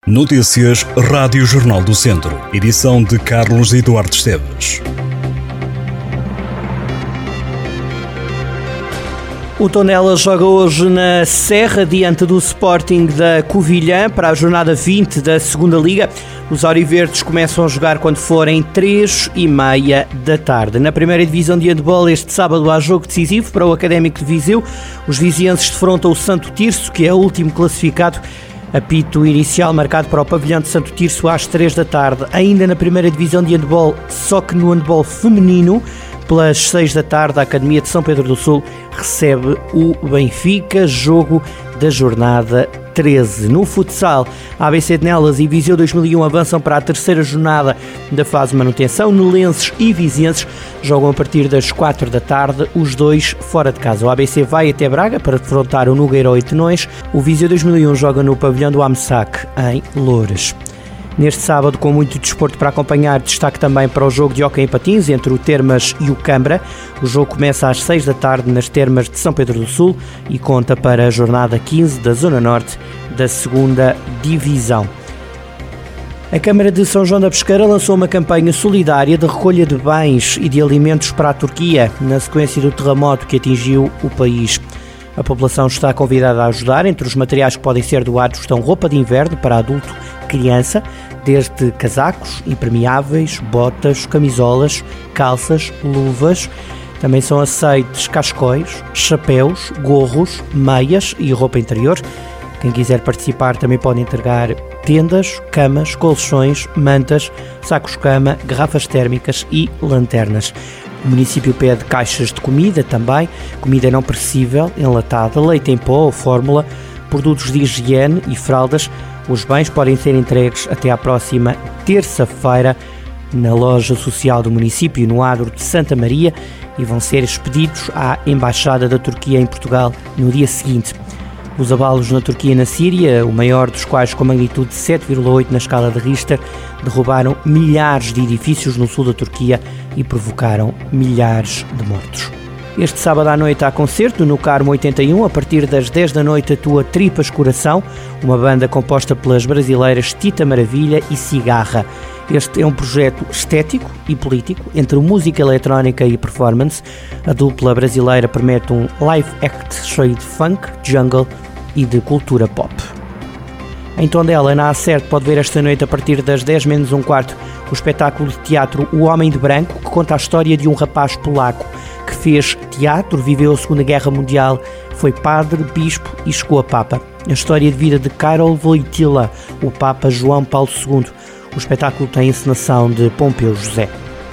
Notícias Rádio Jornal do Centro. Edição de Carlos Eduardo Esteves. O Tondela joga hoje na Serra, diante do Sporting da Covilhã, para a jornada 20 da Segunda Liga. Os auriverdes começam a jogar quando forem 3h30 da tarde. Na primeira divisão de handball, este sábado há jogo decisivo para o Académico de Viseu. Os vizienses defrontam o Santo Tirso, que é o último classificado. Apito inicial marcado para o pavilhão de Santo Tirso às 3 da tarde. Ainda na primeira divisão de handball, só que no handball feminino, pelas 6 da tarde, a Academia de São Pedro do Sul recebe o Benfica, jogo da jornada 13. No futsal, a ABC de Nelas e Viseu 2001 avançam para a terceira jornada da fase de manutenção. Nelenses e vizienses jogam a partir das 4 da tarde, os dois fora de casa. O ABC vai até Braga para defrontar o Nogueirão e Tenões. O Viseu 2001 joga no pavilhão do AMSAC, em Loures. Neste sábado, com muito desporto para acompanhar, destaque também para o jogo de hóquei em patins entre o Termas e o Cambra. O jogo começa às 6 da tarde nas Termas de São Pedro do Sul e conta para a jornada 15 da Zona Norte da 2ª Divisão. A Câmara de São João da Pesqueira lançou uma campanha solidária de recolha de bens e de alimentos para a Turquia, na sequência do terremoto que atingiu o país. A população está convidada a ajudar. Entre os materiais que podem ser doados estão roupa de inverno para adulto, criança, desde casacos, impermeáveis, botas, camisolas, calças, luvas. Também são aceites cascóis, chapéus, gorros, meias e roupa interior. Quem quiser participar também pode entregar tendas, camas, colchões, mantas, sacos-cama, garrafas térmicas e lanternas. O município pede caixas de comida também, comida não perecível, enlatada, leite em pó ou fórmula, produtos de higiene e fraldas. Os bens podem ser entregues até à próxima terça-feira na loja social do município, no Adro de Santa Maria, e vão ser expedidos à Embaixada da Turquia em Portugal no dia seguinte. Os abalos na Turquia e na Síria, o maior dos quais com magnitude de 7,8 na escala de Richter, derrubaram milhares de edifícios no sul da Turquia e provocaram milhares de mortos. Este sábado à noite há concerto no Carmo 81, a partir das 10 da noite atua Tripas Coração, uma banda composta pelas brasileiras Tita Maravilha e Cigarra. Este é um projeto estético e político entre música eletrónica e performance. A dupla brasileira promete um live act cheio de funk, jungle e de cultura pop. Em Tondela, na A7, pode ver esta noite a partir das 10 menos um quarto o espetáculo de teatro O Homem de Branco, que conta a história de um rapaz polaco que fez teatro, viveu a Segunda Guerra Mundial, foi padre, bispo e chegou a Papa. A história de vida de Karol Wojtyła, o Papa João Paulo II. O espetáculo tem encenação de Pompeu José.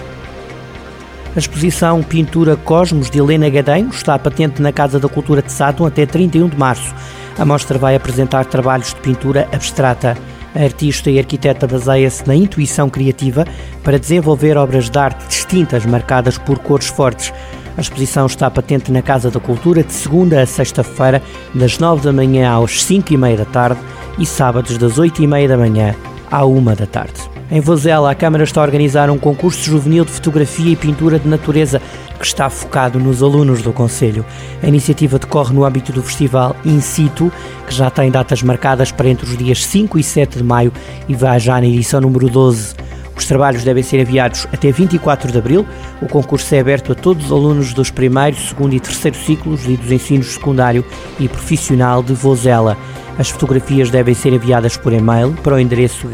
A exposição Pintura Cosmos de Helena Gadenho está patente na Casa da Cultura de Sátão até 31 de março. A mostra vai apresentar trabalhos de pintura abstrata. A artista e arquiteta baseia-se na intuição criativa para desenvolver obras de arte distintas, marcadas por cores fortes. A exposição está patente na Casa da Cultura de segunda a sexta-feira, das 9 da manhã às 5h30 da tarde e sábados das 8h30 da manhã à 1 da tarde. Em Vozela, a Câmara está a organizar um concurso juvenil de fotografia e pintura de natureza que está focado nos alunos do concelho. A iniciativa decorre no âmbito do festival In Situ, que já tem datas marcadas para entre os dias 5 e 7 de maio e vai já na edição número 12. Os trabalhos devem ser enviados até 24 de abril. O concurso é aberto a todos os alunos dos primeiro, segundo e terceiro ciclos e dos ensinos secundário e profissional de Vozela. As fotografias devem ser enviadas por e-mail para o endereço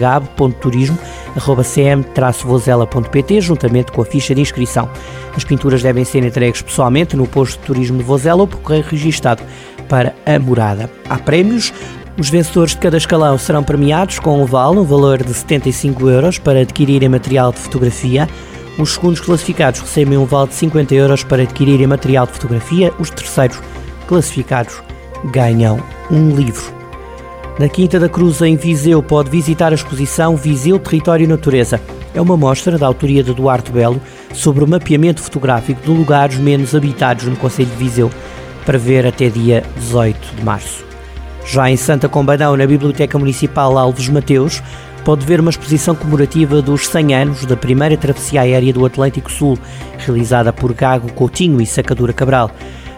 gabo.turismo@cm-vozela.pt, juntamente com a ficha de inscrição. As pinturas devem ser entregues pessoalmente no posto de turismo de Vozela ou por correio registado para a morada. Há prémios. Os vencedores de cada escalão serão premiados com um vale no valor de 75 euros para adquirirem material de fotografia. Os segundos classificados recebem um vale de 50 euros para adquirirem material de fotografia. Os terceiros classificados ganham um livro. Na Quinta da Cruz, em Viseu, pode visitar a exposição Viseu Território e Natureza. É uma mostra da autoria de Duarte Belo sobre o mapeamento fotográfico de lugares menos habitados no concelho de Viseu, para ver até dia 18 de março. Já em Santa Combadão, na Biblioteca Municipal Alves Mateus, pode ver uma exposição comemorativa dos 100 anos da primeira travessia aérea do Atlântico Sul, realizada por Gago Coutinho e Sacadura Cabral.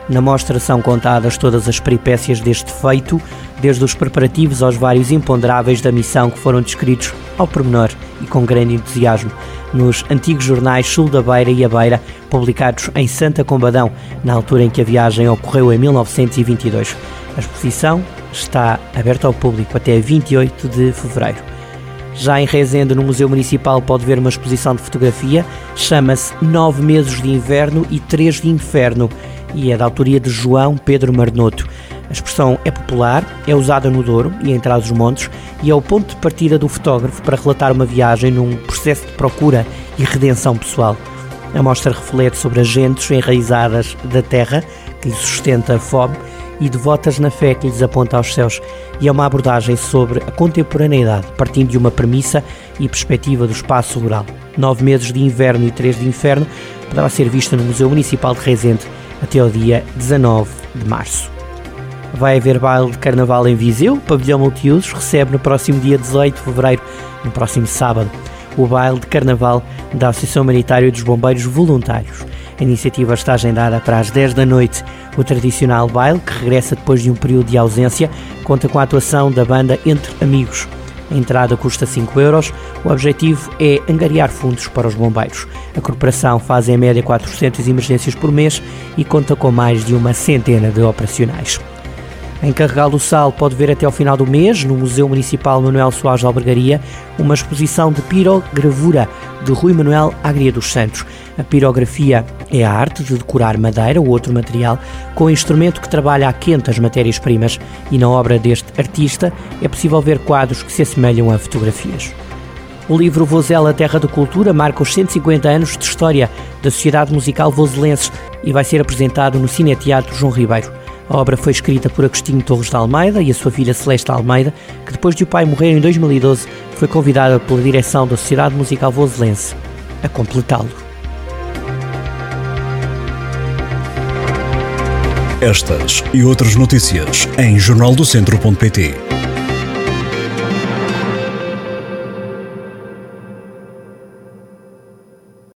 Na mostra são contadas todas as peripécias deste feito, desde os preparativos aos vários imponderáveis da missão que foram descritos ao pormenor e com grande entusiasmo nos antigos jornais Sul da Beira e A Beira, publicados em Santa Combadão, na altura em que a viagem ocorreu em 1922. A exposição está aberta ao público até 28 de fevereiro. Já em Rezende, no Museu Municipal, pode ver uma exposição de fotografia, chama-se 9 meses de inverno e 3 de inferno, e é da autoria de João Pedro Marnoto. A expressão é popular, é usada no Douro e em Trás-os-Montes e é o ponto de partida do fotógrafo para relatar uma viagem num processo de procura e redenção pessoal. A mostra reflete sobre as gentes enraizadas da terra, que lhes sustenta a fome, e devotas na fé que lhes aponta aos céus, e é uma abordagem sobre a contemporaneidade, partindo de uma premissa e perspectiva do espaço rural. 9 meses de inverno e 3 de inferno poderá ser vista no Museu Municipal de Rezende até ao dia 19 de março. Vai haver baile de carnaval em Viseu. O pavilhão multiusos recebe no próximo dia 18 de fevereiro, no próximo sábado, o baile de carnaval da Associação Humanitária dos Bombeiros Voluntários. A iniciativa está agendada para as 10 da noite. O tradicional baile, que regressa depois de um período de ausência, conta com a atuação da banda Entre Amigos. A entrada custa 5 €. O objetivo é angariar fundos para os bombeiros. A corporação faz em média 400 emergências por mês e conta com mais de uma centena de operacionais. Em Carregal do Sal pode ver até ao final do mês, no Museu Municipal Manuel Soares de Albergaria, uma exposição de pirogravura de Rui Manuel Agria dos Santos. A pirografia é a arte de decorar madeira ou outro material com instrumento que trabalha a quente as matérias-primas, e na obra deste artista é possível ver quadros que se assemelham a fotografias. O livro Vozela, Terra de Cultura, marca os 150 anos de história da Sociedade Musical Voselense e vai ser apresentado no Cineteatro João Ribeiro. A obra foi escrita por Agostinho Torres de Almeida e a sua filha Celeste Almeida, que depois de o pai morrer em 2012, foi convidada pela direção da Sociedade Musical Voselense a completá-lo. Estas e outras notícias em jornaldocentro.pt.